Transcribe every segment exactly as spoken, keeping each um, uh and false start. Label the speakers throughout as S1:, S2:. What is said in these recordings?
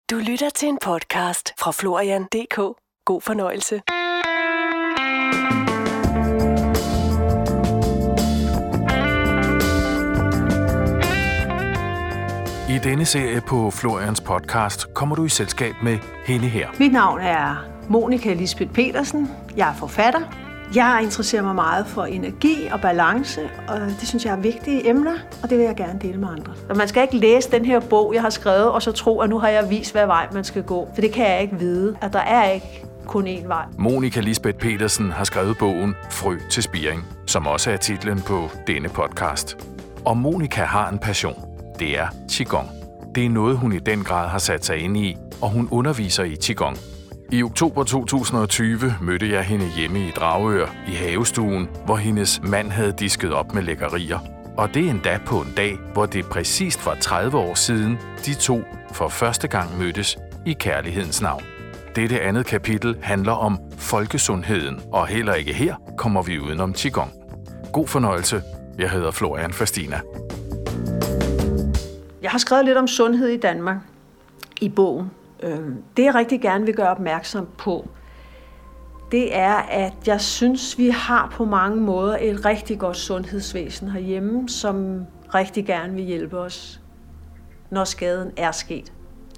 S1: Du lytter til en podcast fra Florian punktum d k. God fornøjelse.
S2: I denne serie på Florians podcast kommer du i selskab med hende her.
S3: Mit navn er Monica Lisbeth Petersen. Jeg er forfatter. Jeg interesserer mig meget for energi og balance, og det synes jeg er vigtige emner, og det vil jeg gerne dele med andre. Og man skal ikke læse den her bog, jeg har skrevet, og så tro, at nu har jeg vist, hvad vej man skal gå. For det kan jeg ikke vide, at der er ikke kun én vej.
S2: Monica Lisbeth Petersen har skrevet bogen Frø til spiring, som også er titlen på denne podcast. Og Monica har en passion. Det er Qigong. Det er noget, hun i den grad har sat sig ind i, og hun underviser i Qigong. I oktober to tusind og tyve mødte jeg hende hjemme i Dragør i havestuen, hvor hendes mand havde disket op med lækkerier. Og det endda på en dag, hvor det præcist var tredive år siden, de to for første gang mødtes i kærlighedens navn. Dette andet kapitel handler om folkesundheden, og heller ikke her kommer vi udenom Qigong. God fornøjelse. Jeg hedder Florian Fastina.
S3: Jeg har skrevet lidt om sundhed i Danmark i bogen. Det, jeg rigtig gerne vil gøre opmærksom på, det er, at jeg synes, vi har på mange måder et rigtig godt sundhedsvæsen herhjemme, som rigtig gerne vil hjælpe os, når skaden er sket.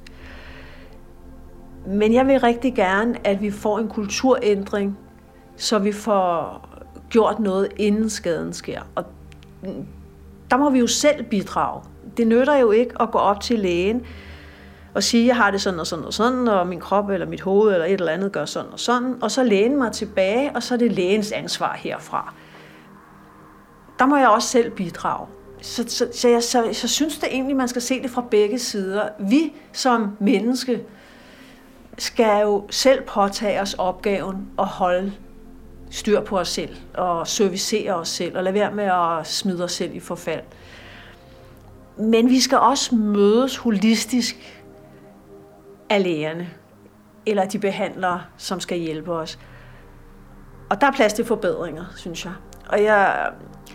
S3: Men jeg vil rigtig gerne, at vi får en kulturændring, så vi får gjort noget, inden skaden sker. Og der må vi jo selv bidrage. Det nytter jo ikke at gå op til lægen og sige, at jeg har det sådan og sådan og sådan, og min krop eller mit hoved eller et eller andet gør sådan og sådan, og så læne mig tilbage, og så er det lægens ansvar herfra. Der må jeg også selv bidrage. Så, så, så, jeg, så, så synes det egentlig, man skal se det fra begge sider. Vi som menneske skal jo selv påtage os opgaven og holde styr på os selv, og servicere os selv, og lade være med at smide os selv i forfald. Men vi skal også mødes holistisk af lægerne, eller de behandlere, som skal hjælpe os. Og der er plads til forbedringer, synes jeg. Og jeg,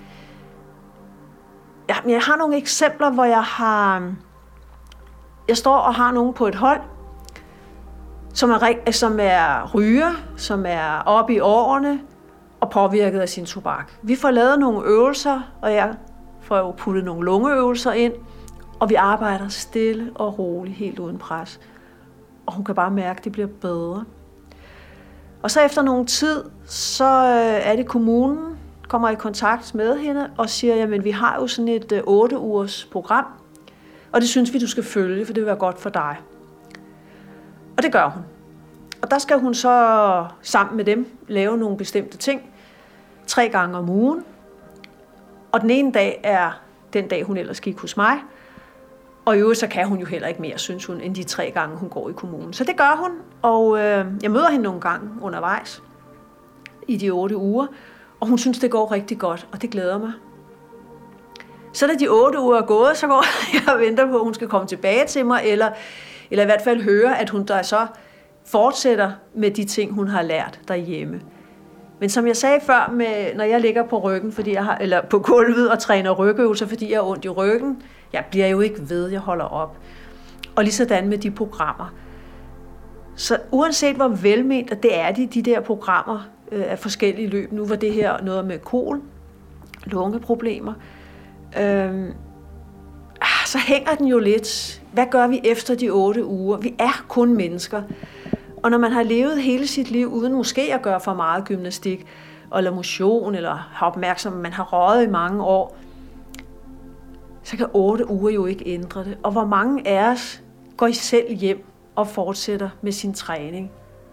S3: jeg, jeg har nogle eksempler, hvor jeg har, jeg står og har nogen på et hold, som er, som er ryger, som er oppe i årene og påvirket af sin tobak. Vi får lavet nogle øvelser, og jeg får jo puttet nogle lungeøvelser ind, og vi arbejder stille og roligt, helt uden pres. Og hun kan bare mærke, at det bliver bedre. Og så efter nogen tid, så er det kommunen, kommer i kontakt med hende og siger, jamen vi har jo sådan et otte ugers program, og det synes vi, du skal følge, for det vil være godt for dig. Og det gør hun. Og der skal hun så sammen med dem lave nogle bestemte ting, tre gange om ugen. Og den ene dag er den dag, hun ellers gik hos mig. Og i øvrigt, så kan hun jo heller ikke mere, synes hun, end de tre gange, hun går i kommunen. Så det gør hun, og øh, jeg møder hende nogle gange undervejs i de otte uger. Og hun synes, det går rigtig godt, og det glæder mig. Så da de otte uger er gået, så går jeg og venter på, at hun skal komme tilbage til mig, eller, eller i hvert fald høre, at hun der så fortsætter med de ting, hun har lært derhjemme. Men som jeg sagde før, med, når jeg ligger på ryggen, fordi jeg har, eller på gulvet og træner rygøvelser, fordi jeg har ondt i ryggen, jeg bliver jo ikke ved, jeg holder op. Og lige sådan med de programmer. Så uanset hvor velment, og det er de, de der programmer øh, af forskellige løb, nu var det her noget med kol, lungeproblemer, øh, så hænger den jo lidt. Hvad gør vi efter de otte uger? Vi er kun mennesker. Og når man har levet hele sit liv uden måske at gøre for meget gymnastik, eller motion, eller har opmærksom, man har røget i mange år, så kan otte uger jo ikke ændre det. Og hvor mange af os går I selv hjem og fortsætter med sin træning?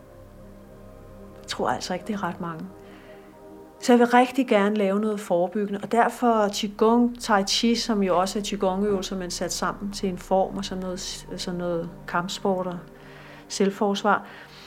S3: Jeg tror altså ikke, det er ret mange. Så jeg vil rigtig gerne lave noget forebyggende, og derfor Qigong, Tai Chi, som jo også er Qigong-øvelser, man sat sammen til en form, og sådan noget, sådan noget kampsport og selvforsvar.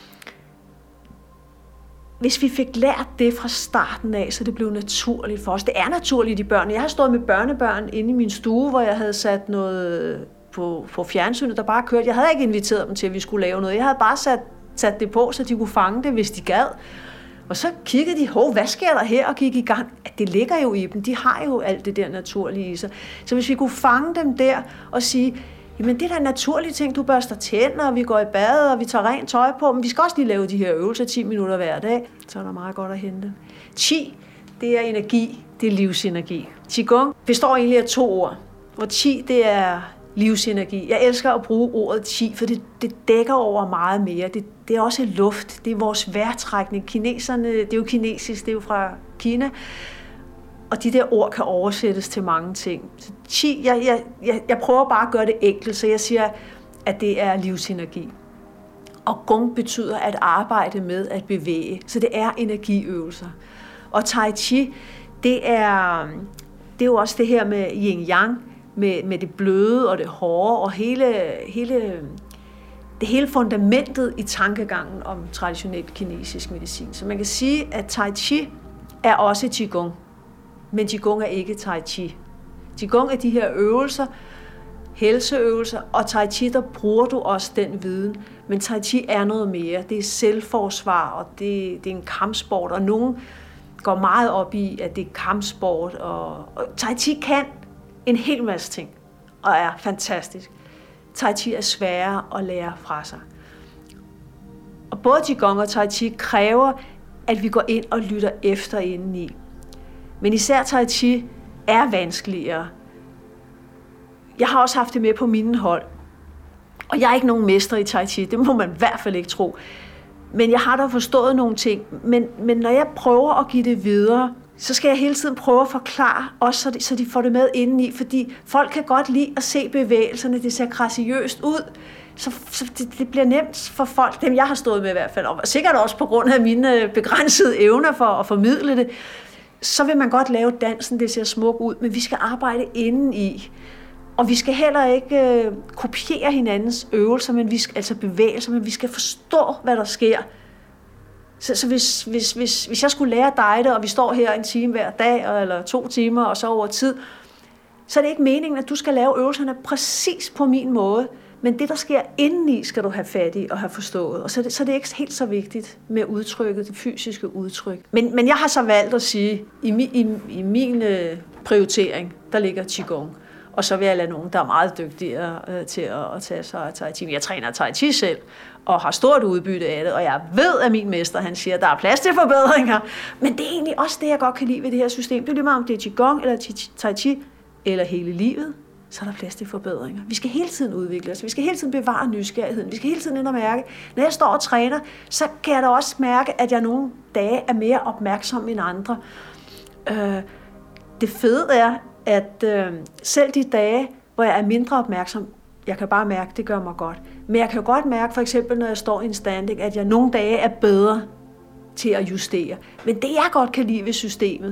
S3: Hvis vi fik lært det fra starten af, så det blev naturligt for os. Det er naturligt i børn. Jeg har stået med børnebørn inde i min stue, hvor jeg havde sat noget på, på fjernsynet, der bare kørte. Jeg havde ikke inviteret dem til, at vi skulle lave noget. Jeg havde bare sat, sat det på, så de kunne fange det, hvis de gad. Og så kiggede de, hov, hvad sker der her, og gik i gang. Det ligger jo i dem. De har jo alt det der naturlige i sig. Så hvis vi kunne fange dem der og sige, Jamen det er da naturlige ting, du børster tænder, og vi går i bad, og vi tager rent tøj på, men vi skal også lige lave de her øvelser ti minutter hver dag, så er der meget godt at hente. Qi, det er energi, det er livsenergi. Qigong består egentlig af to ord, hvor Qi, det er livsenergi. Jeg elsker at bruge ordet Qi, for det, det dækker over meget mere. Det, det er også luft, det er vores vejrtrækning. Kineserne, det er jo kinesisk, det er jo fra Kina, og de der ord kan oversættes til mange ting. Så Qi, jeg, jeg, jeg, jeg prøver bare at gøre det enkelt, så jeg siger, at det er livsenergi. Og Gong betyder at arbejde med at bevæge, så det er energiøvelser. Og Tai Chi, det er, det er jo også det her med yin-yang, med, med det bløde og det hårde, og hele, hele, det hele fundamentet i tankegangen om traditionel kinesisk medicin. Så man kan sige, at Tai Chi er også Qigong, men Qigong er ikke Tai Chi. Qigong er de her øvelser, helseøvelser, og Tai Chi, der bruger du også den viden. Men Tai Chi er noget mere. Det er selvforsvar, og det, det er en kampsport, og nogen går meget op i, at det er kampsport. Og, og Tai Chi kan en hel masse ting, og er fantastisk. Tai Chi er sværere at lære fra sig. Og både Qigong og Tai Chi kræver, at vi går ind og lytter efter indeni. Men især Tai Chi er vanskeligere. Jeg har også haft det med på mine hold. Og jeg er ikke nogen mester i Tai Chi, det må man i hvert fald ikke tro. Men jeg har da forstået nogle ting. Men, men når jeg prøver at give det videre, så skal jeg hele tiden prøve at forklare, også så de, så de får det med indeni. Fordi folk kan godt lide at se bevægelserne, det ser graciøst ud. Så, så det, det bliver nemt for folk, dem jeg har stået med i hvert fald, og sikkert også på grund af mine begrænsede evner for at formidle det, så vil man godt lave dansen, det ser smukt ud, men vi skal arbejde indeni. Og vi skal heller ikke øh, kopiere hinandens øvelser, men vi skal, altså bevægelser, men vi skal forstå, hvad der sker. Så, så hvis, hvis, hvis, hvis jeg skulle lære dig det, og vi står her en time hver dag, eller to timer, og så over tid, så er det ikke meningen, at du skal lave øvelserne præcis på min måde. Men det, der sker indeni, skal du have fat i og have forstået. Og så er det, så er det ikke helt så vigtigt med udtrykket, det fysiske udtryk. Men, men jeg har så valgt at sige, i, mi, i, i min øh, prioritering, der ligger Qigong. Og så vil jeg lade nogen, der er meget dygtigere øh, til at, at tage sig af Tai Chi. Jeg træner Tai Chi selv, og har stort udbytte af det. Og jeg ved, at min mester han siger, at der er plads til forbedringer. Men det er egentlig også det, jeg godt kan lide ved det her system. Det er lige meget, om det er Qigong, eller Tai Chi, eller hele livet. Så er der plads til forbedringer. Vi skal hele tiden udvikle os. Vi skal hele tiden bevare nysgerrigheden. Vi skal hele tiden ind og mærke. Når jeg står og træner, så kan jeg da også mærke, at jeg nogle dage er mere opmærksom end andre. Øh, det fede er, at øh, selv de dage, hvor jeg er mindre opmærksom, jeg kan bare mærke, det gør mig godt. Men jeg kan godt mærke, for eksempel, når jeg står i en standing, at jeg nogle dage er bedre til at justere. Men det, jeg godt kan lide ved systemet,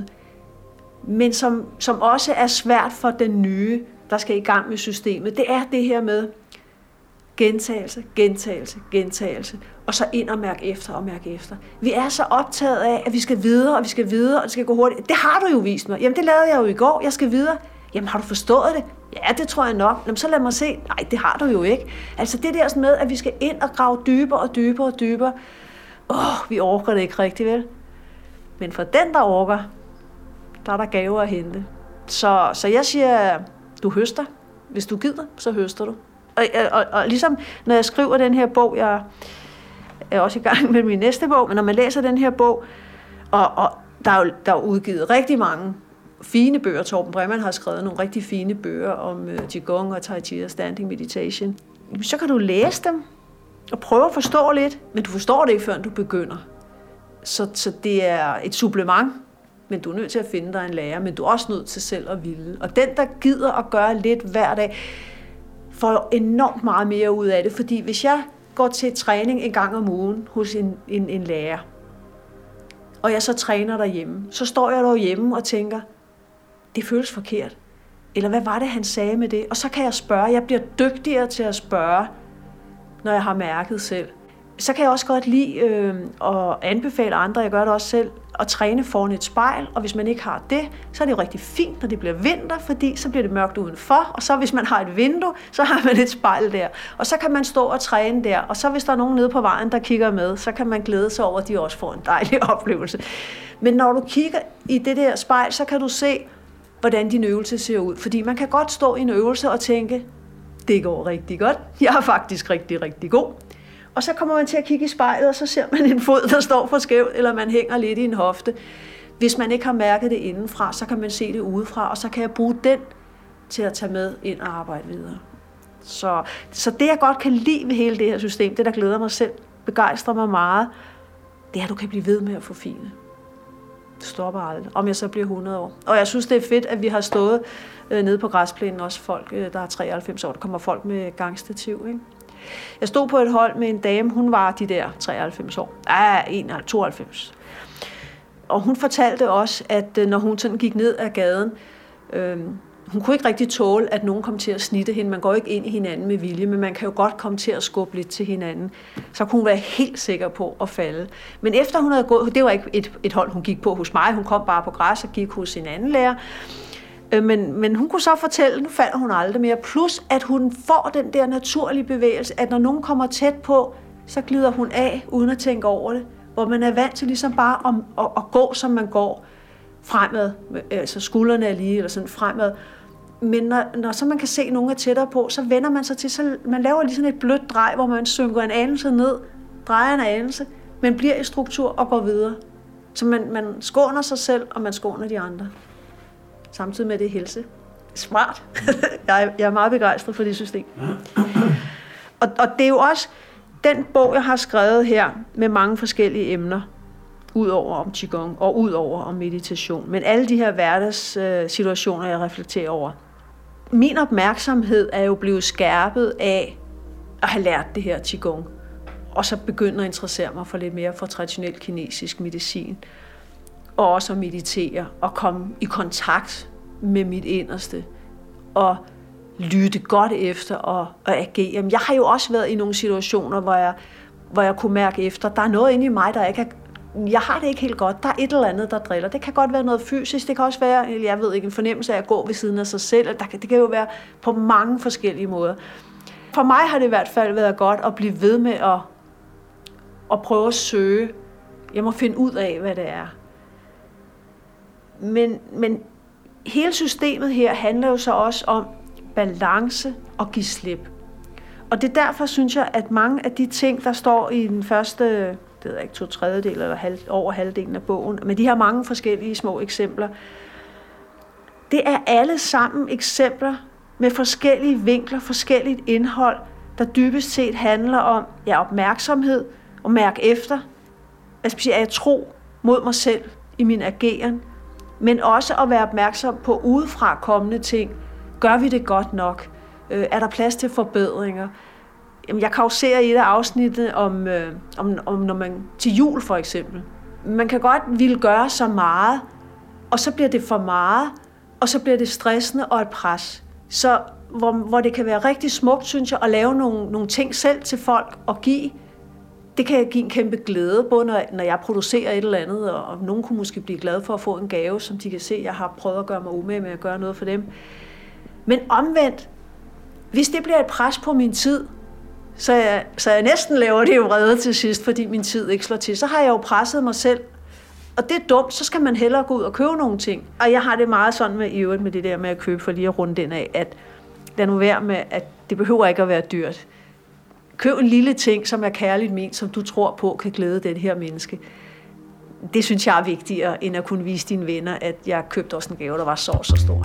S3: men som, som også er svært for den nye, der skal i gang med systemet, det er det her med gentagelse, gentagelse, gentagelse, og så ind og mærke efter og mærke efter. Vi er så optaget af, at vi skal videre, og vi skal videre, og det skal gå hurtigt. Det har du jo vist mig. Jamen, det lavede jeg jo i går. Jeg skal videre. Jamen, har du forstået det? Ja, det tror jeg nok. Jamen, så lad mig se. Nej, det har du jo ikke. Altså, det der sådan med, at vi skal ind og grave dybere og dybere og dybere. Åh, vi orker det ikke rigtig, vel? Men for den, der orker, der er der gaver at hente. Så, så jeg siger, du høster. Hvis du gider, så høster du. Og, og, og ligesom når jeg skriver den her bog, jeg er også i gang med min næste bog, men når man læser den her bog, og, og der er jo der er udgivet rigtig mange fine bøger. Torben Bremann har skrevet nogle rigtig fine bøger om uh, Qigong og Tai Chi og Standing Meditation. Så kan du læse dem og prøve at forstå lidt, men du forstår det ikke, før du begynder. Så, så det er et supplement, men du er nødt til at finde dig en lærer, men du er også nødt til selv at ville. Og den, der gider at gøre lidt hver dag, får enormt meget mere ud af det, fordi hvis jeg går til træning en gang om ugen hos en, en, en lærer, og jeg så træner derhjemme, så står jeg derhjemme og tænker, det føles forkert. Eller hvad var det, han sagde med det? Og så kan jeg spørge, jeg bliver dygtigere til at spørge, når jeg har mærket selv. Så kan jeg også godt lide øh, at anbefale andre, jeg gør det også selv, at træne foran et spejl, og hvis man ikke har det, så er det jo rigtig fint, når det bliver vinter, fordi så bliver det mørkt udenfor, og så hvis man har et vindue, så har man et spejl der, og så kan man stå og træne der, og så hvis der er nogen nede på vejen, der kigger med, så kan man glæde sig over, at de også får en dejlig oplevelse. Men når du kigger i det der spejl, så kan du se, hvordan din øvelse ser ud, fordi man kan godt stå i en øvelse og tænke, det går rigtig godt. Jeg er faktisk rigtig, rigtig god. Og så kommer man til at kigge i spejlet, og så ser man en fod, der står for skævt, eller man hænger lidt i en hofte. Hvis man ikke har mærket det indenfra, så kan man se det udefra, og så kan jeg bruge den til at tage med ind og arbejde videre. Så, så det, jeg godt kan lide ved hele det her system, det, der glæder mig selv, begejstrer mig meget, det er, at du kan blive ved med at forfine. Det stopper aldrig, om jeg så bliver hundrede år. Og jeg synes, det er fedt, at vi har stået øh, nede på græsplænen, også folk, øh, der er treoghalvfems år, der kommer folk med gangstativ, ikke? Jeg stod på et hold med en dame, hun var de der treoghalvfems år, ah, tooghalvfems. Og hun fortalte også, at når hun sådan gik ned ad gaden, øh, hun kunne ikke rigtig tåle, at nogen kom til at snitte hende. Man går ikke ind i hinanden med vilje, men man kan jo godt komme til at skubbe lidt til hinanden. Så kunne hun være helt sikker på at falde. Men efter hun havde gået, det var ikke et, et hold, hun gik på hos mig, hun kom bare på græs og gik hos sin anden lærer. Men, men hun kunne så fortælle, nu falder hun aldrig mere. Plus, at hun får den der naturlige bevægelse, at når nogen kommer tæt på, så glider hun af, uden at tænke over det. Hvor man er vant til ligesom bare at, at, at gå, som man går fremad. Altså skuldrene er lige, eller sådan fremad. Men når, når så man kan se, at nogen er tættere på, så vender man sig til, så man laver lige sådan et blødt drej, hvor man synker en anelse ned, drejer en anelse, men bliver i struktur og går videre. Så man, man skåner sig selv, og man skåner de andre. Samtidig med det helse. Smart. jeg, er, jeg er meget begejstret for det system. Og, og det er jo også den bog, jeg har skrevet her, med mange forskellige emner, udover om Qigong og udover om meditation. Men alle de her hverdagssituationer, jeg reflekterer over. Min opmærksomhed er jo blevet skærpet af at have lært det her Qigong. Og så begynder at interessere mig for lidt mere for traditionel kinesisk medicin. Og også at meditere og komme i kontakt med mit inderste. Og lytte godt efter og, og agere. Jeg har jo også været i nogle situationer, hvor jeg, hvor jeg kunne mærke efter, der er noget inde i mig, der ikke er... Jeg har det ikke helt godt. Der er et eller andet, der driller. Det kan godt være noget fysisk. Det kan også være, jeg ved ikke, en fornemmelse af at gå ved siden af sig selv. Det kan jo være på mange forskellige måder. For mig har det i hvert fald været godt at blive ved med at, at prøve at søge. Jeg må finde ud af, hvad det er. Men, men hele systemet her handler jo så også om balance og give slip. Og det er derfor, synes jeg, at mange af de ting, der står i den første, det ved jeg ikke, to tredjedel eller halv, over halvdelen af bogen, med de her mange forskellige små eksempler, det er alle sammen eksempler med forskellige vinkler, forskelligt indhold, der dybest set handler om ja, opmærksomhed og mærke efter, altså er jeg tro mod mig selv i min ageren, men også at være opmærksom på udefra kommende ting. Gør vi det godt nok? Øh, er der plads til forbedringer? Jamen, jeg kauserer i et af afsnittet om, øh, om, om når man til jul for eksempel. Man kan godt ville gøre så meget, og så bliver det for meget, og så bliver det stressende og et pres. Så hvor, hvor det kan være rigtig smukt, synes jeg, at lave nogle, nogle ting selv til folk og give. Det kan give en kæmpe glæde, både når, når jeg producerer et eller andet, og, og nogen kunne måske blive glade for at få en gave, som de kan se, jeg har prøvet at gøre mig umage med at gøre noget for dem. Men omvendt, hvis det bliver et pres på min tid, så jeg, så jeg næsten laver det jo vrede til sidst, fordi min tid ikke slår til, så har jeg jo presset mig selv. Og det er dumt, så skal man hellere gå ud og købe nogle ting. Og jeg har det meget sådan med, i øvrigt med det der med at købe, for lige at runde den af, at lad nu være med, at det behøver ikke at være dyrt. Køb en lille ting, som er kærligt ment, som du tror på kan glæde den her menneske. Det synes jeg er vigtigere, end at kunne vise dine venner, at jeg købte også en gave, der var så så stor.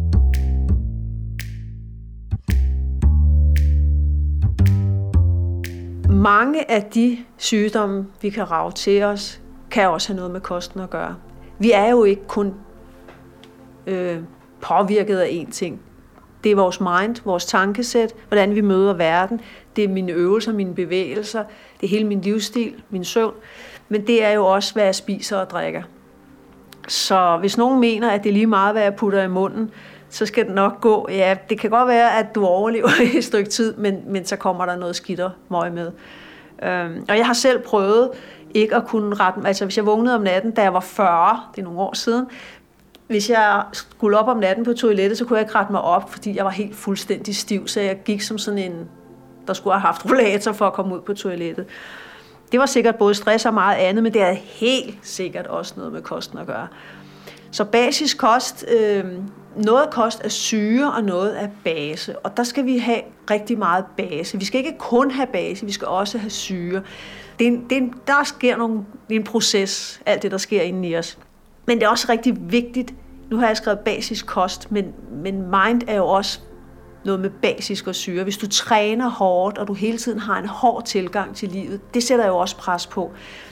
S3: Mange af de sygdomme, vi kan rage til os, kan også have noget med kosten at gøre. Vi er jo ikke kun øh, påvirket af én ting. Det er vores mind, vores tankesæt, hvordan vi møder verden. Det er mine øvelser, mine bevægelser, det er hele min livsstil, min søvn. Men det er jo også, hvad jeg spiser og drikker. Så hvis nogen mener, at det er lige meget, hvad jeg putter i munden, så skal det nok gå. Ja, det kan godt være, at du overlever i et stykke tid, men, men så kommer der noget skidt og møg med. Øhm, og jeg har selv prøvet ikke at kunne rette... Altså, hvis jeg vågnede om natten, da jeg var fyrre, det er nogle år siden, hvis jeg skulle op om natten på toilettet, så kunne jeg ikke rette mig op, fordi jeg var helt fuldstændig stiv, så jeg gik som sådan en, der skulle have haft rollator for at komme ud på toilettet. Det var sikkert både stress og meget andet, men det er helt sikkert også noget med kosten at gøre. Så basisk kost, øh, noget kost er syre, og noget er base. Og der skal vi have rigtig meget base. Vi skal ikke kun have base, vi skal også have syre. Det er en, det er en, der sker nogle, det er en proces, alt det, der sker inde i os. Men det er også rigtig vigtigt, nu har jeg skrevet basisk kost, men, men mind er jo også noget med basisk og syre. Hvis du træner hårdt, og du hele tiden har en hård tilgang til livet, det sætter jo også pres på.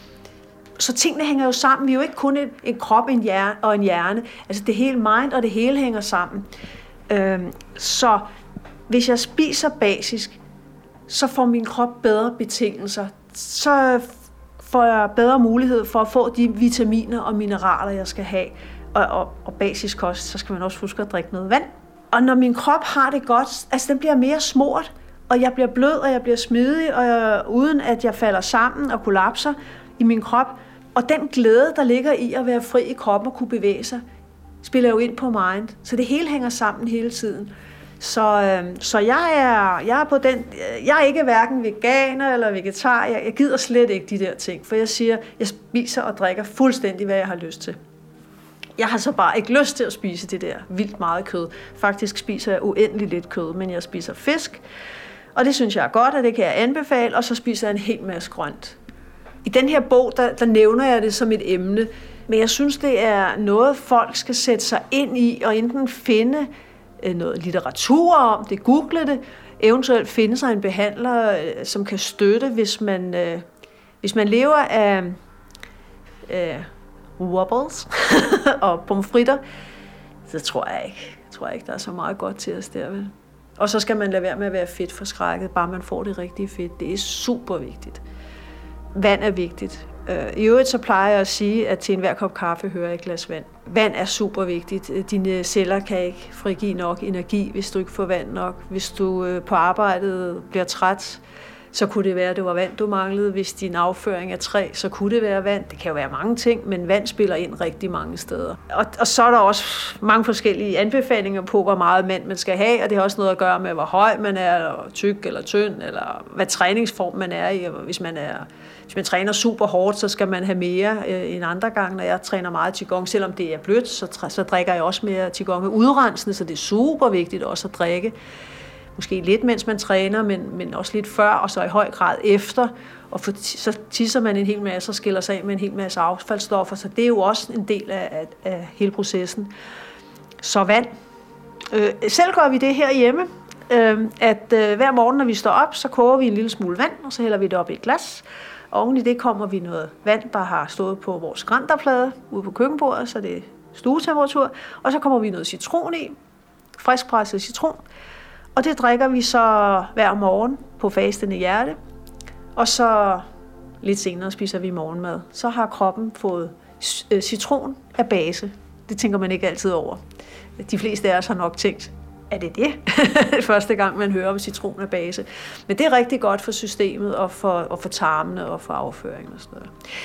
S3: Så tingene hænger jo sammen. Vi er jo ikke kun en, en krop en hjerne, og en hjerne. Altså det hele mind og det hele hænger sammen. Øhm, så hvis jeg spiser basisk, så får min krop bedre betingelser. Så får jeg bedre mulighed for at få de vitaminer og mineraler, jeg skal have. Og, og, og basisk kost, så skal man også huske at drikke noget vand. Og når min krop har det godt, altså den bliver mere smurt, og jeg bliver blød, og jeg bliver smidig, og jeg, uden at jeg falder sammen og kollapser i min krop. Og den glæde, der ligger i at være fri i kroppen og kunne bevæge sig, spiller jo ind på mind. Så det hele hænger sammen hele tiden. Så, øh, så jeg, er, jeg er på den, jeg er ikke hverken veganer eller vegetar. Jeg, jeg gider slet ikke de der ting, for jeg siger, jeg spiser og drikker fuldstændig, hvad jeg har lyst til. Jeg har så bare ikke lyst til at spise det der vildt meget kød. Faktisk spiser jeg uendelig lidt kød, men jeg spiser fisk, og det synes jeg er godt, og det kan jeg anbefale, og så spiser jeg en hel masse grønt. I den her bog, der, der nævner jeg det som et emne, men jeg synes, det er noget, folk skal sætte sig ind i, og enten finde øh, noget litteratur om det, google det, eventuelt finde sig en behandler, øh, som kan støtte, hvis man, øh, hvis man lever af øh, wobbles og pomfritter, så tror jeg ikke. Jeg tror ikke, der er så meget godt til os der, vel? Og så skal man lade være med at være fedtforskrækket, bare man får det rigtige fedt. Det er super vigtigt. Vand er vigtigt. I øvrigt så plejer jeg at sige, at til enhver kop kaffe hører et glas vand. Vand er super vigtigt. Dine celler kan ikke frigive nok energi, hvis du ikke får vand nok. Hvis du på arbejdet bliver træt, så kunne det være, at det var vand, du manglede. Hvis din afføring er træ, så kunne det være vand. Det kan jo være mange ting, men vand spiller ind rigtig mange steder. Og, og så er der også mange forskellige anbefalinger på, hvor meget vand man skal have, og det har også noget at gøre med, hvor høj man er, eller tyk eller tynd, eller hvad træningsform man er i. Hvis man, er, hvis man træner super hårdt, så skal man have mere øh, end andre gange. Når jeg træner meget qigong, selvom det er blødt, så, så drikker jeg også mere qigong med udrensende, så det er super vigtigt også at drikke. Måske lidt, mens man træner, men, men også lidt før, og så i høj grad efter. Og for, så tisser man en hel masse og skiller sig af med en hel masse affaldsstoffer, så det er jo også en del af, af, af hele processen. Så vand. Øh, selv gør vi det her hjemme, øh, at øh, hver morgen, når vi står op, så koger vi en lille smule vand, og så hælder vi det op i et glas. Og oven i det kommer vi noget vand, der har stået på vores granterplade ude på køkkenbordet, så det er stuetemperatur. Og så kommer vi noget citron i, friskpresset citron. Og det drikker vi så hver morgen på fastende hjerte, og så lidt senere spiser vi morgenmad. Så har kroppen fået citron af base. Det tænker man ikke altid over. De fleste af os har nok tænkt, er det det? Første gang man hører om citron af base. Men det er rigtig godt for systemet og for, og for tarmene og for afføring og sådan noget.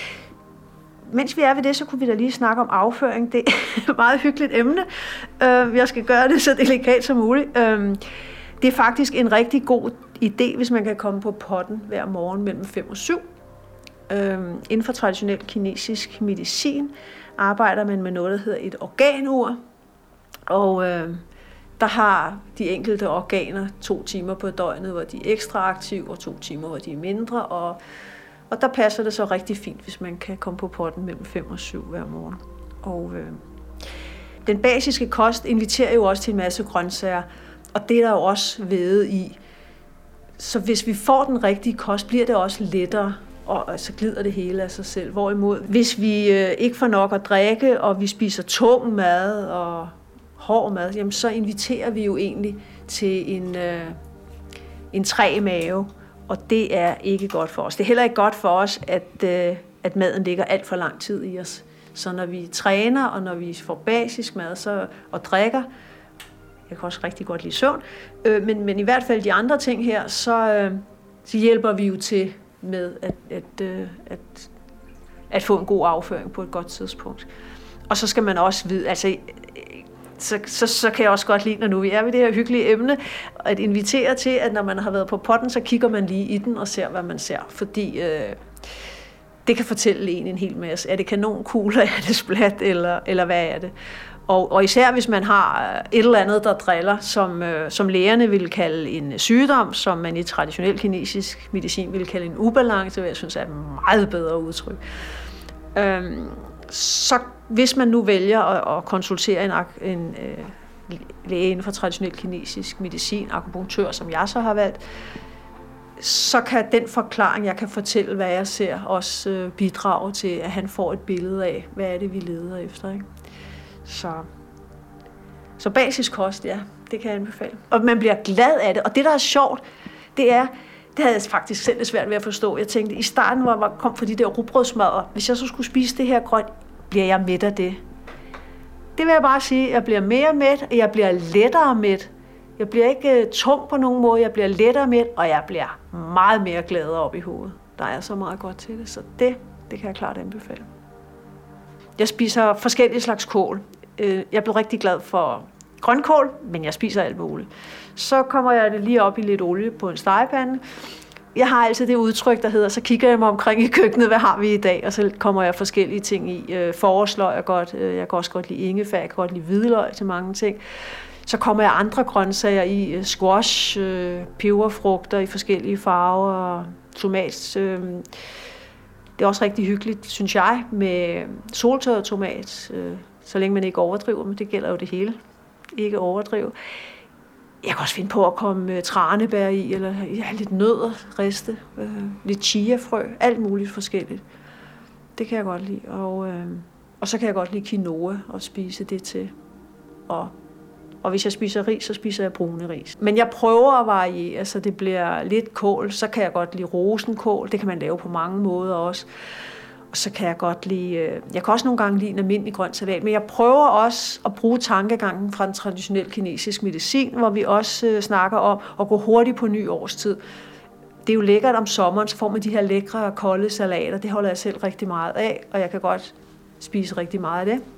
S3: Mens vi er ved det, så kunne vi da lige snakke om afføring. Det er et meget hyggeligt emne. Jeg skal gøre det så delikat som muligt. Det er faktisk en rigtig god idé, hvis man kan komme på potten hver morgen mellem fem og syv. Inden for traditionel kinesisk medicin arbejder man med noget, der hedder et organur. Og der har de enkelte organer to timer på døgnet, hvor de er ekstra aktive, og to timer, hvor de er mindre. Og Og der passer det så rigtig fint, hvis man kan komme på potten mellem fem og syv hver morgen. Og øh, den basiske kost inviterer jo også til en masse grøntsager, og det er der jo også væde i. Så hvis vi får den rigtige kost, bliver det også lettere, og så glider det hele af sig selv. Hvorimod, hvis vi øh, ikke får nok at drikke, og vi spiser tung mad og hård mad, jamen så inviterer vi jo egentlig til en, øh, en træ mave. Og det er ikke godt for os. Det er heller ikke godt for os, at, øh, at maden ligger alt for lang tid i os. Så når vi træner, og når vi får basisk mad så, og drikker, jeg kan også rigtig godt lide søvn, øh, men, men i hvert fald de andre ting her, så, øh, så hjælper vi jo til med at, at, øh, at, at få en god afføring på et godt tidspunkt. Og så skal man også vide, altså Så, så, så kan jeg også godt lide, når nu vi er ved det her hyggelige emne, at invitere til, at når man har været på potten, så kigger man lige i den og ser, hvad man ser. Fordi øh, det kan fortælle en en hel masse. Er det kanonkugler, er det splat, eller, eller hvad er det? Og, og især hvis man har et eller andet, der driller, som, øh, som lægerne vil kalde en sygdom, som man i traditionel kinesisk medicin vil kalde en ubalance, hvad jeg synes er et meget bedre udtryk. Øhm, så hvis man nu vælger at, at konsultere en, en øh, læge inden for traditionel kinesisk medicin, akupunktør, som jeg så har valgt, så kan den forklaring, jeg kan fortælle, hvad jeg ser, også øh, bidrage til, at han får et billede af, hvad er det, vi leder efter, ikke? Så, så basisk kost, ja, det kan jeg anbefale. Og man bliver glad af det. Og det, der er sjovt, det er, det havde jeg faktisk selv lidt svært ved at forstå. Jeg tænkte, i starten, hvor jeg kom for de der rugbrødsmadder, hvis jeg så skulle spise det her grønt, bliver jeg mæt af det. Det vil jeg bare sige, jeg bliver mere mæt, og jeg bliver lettere mæt. Jeg bliver ikke uh, tung på nogen måde, jeg bliver lettere mæt, og jeg bliver meget mere glad op i hovedet. Der er så meget godt til det, så det, det kan jeg klart anbefale. Jeg spiser forskellige slags kål. Jeg blev rigtig glad for grønkål, men jeg spiser alt muligt. Så kommer jeg det lige op i lidt olie på en stegepande. Jeg har altid det udtryk, der hedder, så kigger jeg mig omkring i køkkenet, hvad har vi i dag? Og så kommer jeg forskellige ting i. Forårsløg er godt, jeg kan også godt lide ingefær, jeg kan godt lide hvidløg til mange ting. Så kommer jeg andre grøntsager i, squash, peberfrugter i forskellige farver, tomat. Det er også rigtig hyggeligt, synes jeg, med soltørret tomat, så længe man ikke overdriver, men det gælder jo det hele. Ikke overdrive. Jeg kan også finde på at komme tranebær i, eller ja, lidt nødder, riste, øh, lidt chiafrø, alt muligt forskelligt. Det kan jeg godt lide. Og, øh, og så kan jeg godt lide quinoa og spise det til. Og, og hvis jeg spiser ris, så spiser jeg brune ris. Men jeg prøver at variere, så det bliver lidt kål. Så kan jeg godt lide rosenkål. Det kan man lave på mange måder også. Og så kan jeg godt lide, jeg kan også nogle gange lide en almindelig grøn salat, men jeg prøver også at bruge tankegangen fra den traditionelle kinesisk medicin, hvor vi også øh, snakker om at gå hurtigt på ny årstid. Det er jo lækkert om sommeren, så får man de her lækre, kolde salater. Det holder jeg selv rigtig meget af, og jeg kan godt spise rigtig meget af det.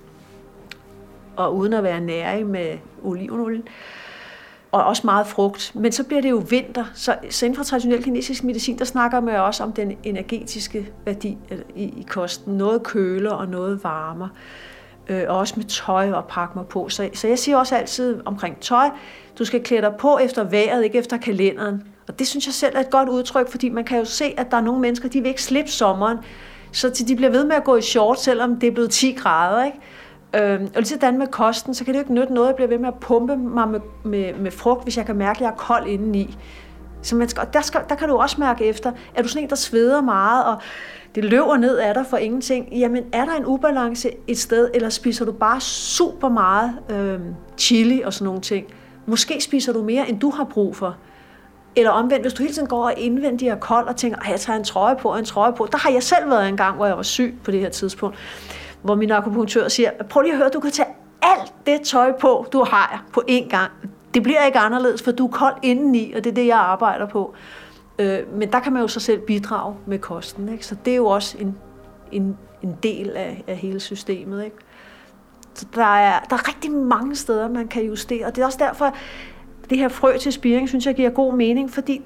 S3: Og uden at være nærig med olivenolien. Og også meget frugt. Men så bliver det jo vinter. Så, så inden for traditionel kinesisk medicin, der snakker man også om den energetiske værdi i, i kosten. Noget køler og noget varmer. Øh, og også med tøj og pakke mig på. Så, så jeg siger også altid omkring tøj, du skal klæde dig på efter vejret, ikke efter kalenderen. Og det synes jeg selv er et godt udtryk, fordi man kan jo se, at der er nogle mennesker, de vil ikke slippe sommeren. Så de bliver ved med at gå i shorts, selvom det er blevet ti grader, ikke? Øhm, og lige sådan med kosten, så kan det jo ikke nytte noget, at jeg bliver ved med at pumpe mig med, med, med frugt, hvis jeg kan mærke, at jeg er kold indeni. Så man skal, der, skal, der kan du også mærke efter, er du sådan en, der sveder meget, og det løber ned af dig for ingenting. Jamen, er der en ubalance et sted, eller spiser du bare super meget øhm, chili og sådan nogle ting? Måske spiser du mere, end du har brug for. Eller omvendt, hvis du hele tiden går og indvendigt og kold og tænker, at jeg tager en trøje på og en trøje på. Der har jeg selv været en gang, hvor jeg var syg på det her tidspunkt, hvor min akupunktør siger, prøv lige at høre, du kan tage alt det tøj på, du har på én gang. Det bliver ikke anderledes, for du er kold indeni, og det er det, jeg arbejder på. Øh, men der kan man jo så selv bidrage med kosten, ikke? Så det er jo også en, en, en del af, af hele systemet, ikke? Så der er, der er rigtig mange steder, man kan justere, og det er også derfor, det her frø til spiring, synes jeg giver god mening, fordi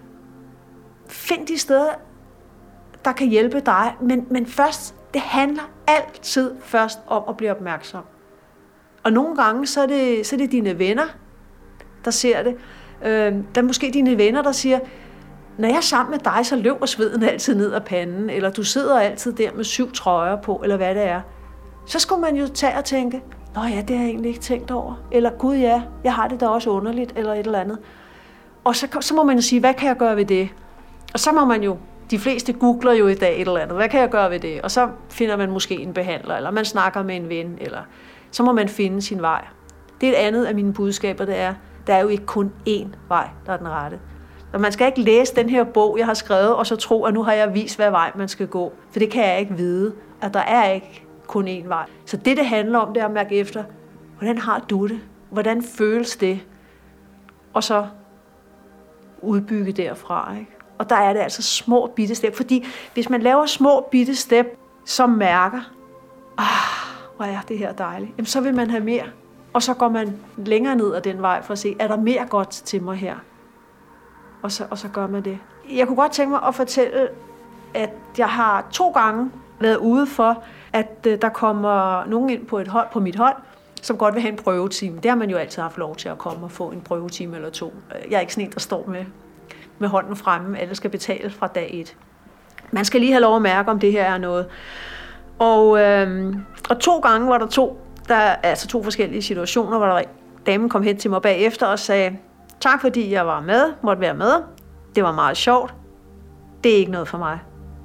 S3: find de steder, der kan hjælpe dig, men, men først, det handler altid først om at blive opmærksom. Og nogle gange, så er det, så er det dine venner, der ser det. Øh, der er måske dine venner, der siger, når jeg er sammen med dig, så løber sveden altid ned ad panden, eller du sidder altid der med syv trøjer på, eller hvad det er. Så skulle man jo tage og tænke, nå ja, det har jeg egentlig ikke tænkt over. Eller gud ja, jeg har det da også underligt, eller et eller andet. Og så, så må man jo sige, hvad kan jeg gøre ved det? Og så må man jo, de fleste googler jo i dag et eller andet, hvad kan jeg gøre ved det? Og så finder man måske en behandler, eller man snakker med en ven, eller så må man finde sin vej. Det er et andet af mine budskaber, det er, der er jo ikke kun én vej, der er den rette. Og man skal ikke læse den her bog, jeg har skrevet, og så tro, at nu har jeg vist, hvad vej man skal gå. For det kan jeg ikke vide, at der er ikke kun én vej. Så det, det handler om, det er at mærke efter, hvordan har du det? Hvordan føles det? Og så udbygge derfra, ikke? Og der er det altså små bitte step, fordi hvis man laver små bitte step, som mærker, ah, hvor er det her dejligt, jamen så vil man have mere. Og så går man længere ned ad den vej for at se, er der mere godt til mig her? Og så, og så gør man det. Jeg kunne godt tænke mig at fortælle at jeg har to gange været ude for, at der kommer nogen ind på et hold, på mit hold, som godt vil have en prøvetime. Det har man jo altid haft lov til at komme og få en prøvetime eller to. Jeg er ikke sådan en, der står med, med hånden fremme. Alle skal betale fra dag et. Man skal lige have lov at mærke, om det her er noget. Og, øhm, og to gange var der to, der, altså to forskellige situationer, hvor der damen kom hen til mig bagefter og sagde, tak fordi jeg var med, måtte være med. Det var meget sjovt. Det er ikke noget for mig.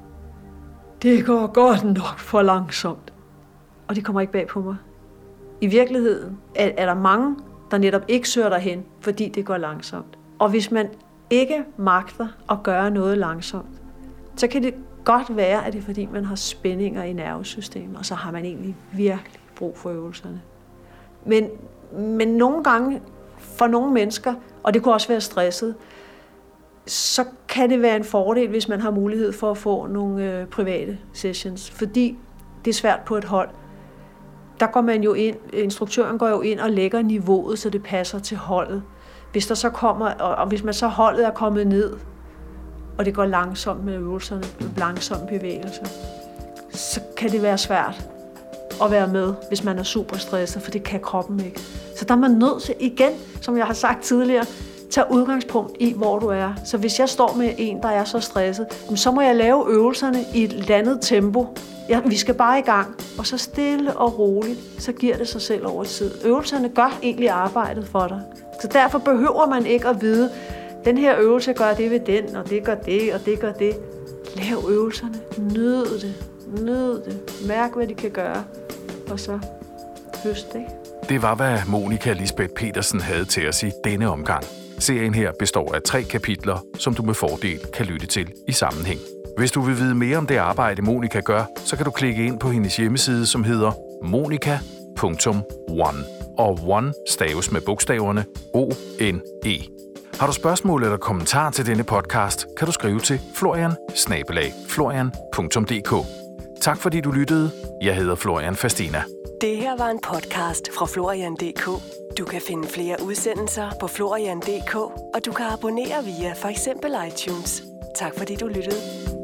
S3: Det går godt nok for langsomt. Og det kommer ikke bag på mig. I virkeligheden er, er der mange, der netop ikke søger derhen, fordi det går langsomt. Og hvis man ikke magter at gøre noget langsomt, så kan det godt være, at det er fordi, man har spændinger i nervesystemet, og så har man egentlig virkelig brug for øvelserne. Men, men nogle gange, for nogle mennesker, og det kunne også være stresset, så kan det være en fordel, hvis man har mulighed for at få nogle øh, private sessions, fordi det er svært på et hold. Der går man jo ind, instruktøren går jo ind og lægger niveauet, så det passer til holdet. Hvis der så kommer, og, og hvis man så holdet er kommet ned, og det går langsomt med øvelserne, med langsomme bevægelser, så kan det være svært at være med, hvis man er super stresset, for det kan kroppen ikke. Så der er man nødt til igen, som jeg har sagt tidligere, tage udgangspunkt i, hvor du er. Så hvis jeg står med en, der er så stresset, så må jeg lave øvelserne i et andet tempo. Ja, vi skal bare i gang, og så stille og roligt, så giver det sig selv over tid. Øvelserne gør egentlig arbejdet for dig. Så derfor behøver man ikke at vide, den her øvelse gør det ved den, og det gør det, og det gør det. Lav øvelserne. Nyd det. Nyd det. Mærk, hvad de kan gøre. Og så høst, ikke?
S2: Det var, hvad Monica Lisbeth Petersen havde til os i denne omgang. Serien her består af tre kapitler, som du med fordel kan lytte til i sammenhæng. Hvis du vil vide mere om det arbejde, Monica gør, så kan du klikke ind på hendes hjemmeside, som hedder monica punktum one. Og one staves med bogstaverne O N E. Har du spørgsmål eller kommentar til denne podcast, kan du skrive til florian bindestreg florian punktum d k. Tak fordi du lyttede. Jeg hedder Florian Fastina.
S1: Det her var en podcast fra Florian punktum d k. Du kan finde flere udsendelser på florian punktum d k, og du kan abonnere via for eksempel iTunes. Tak fordi du lyttede.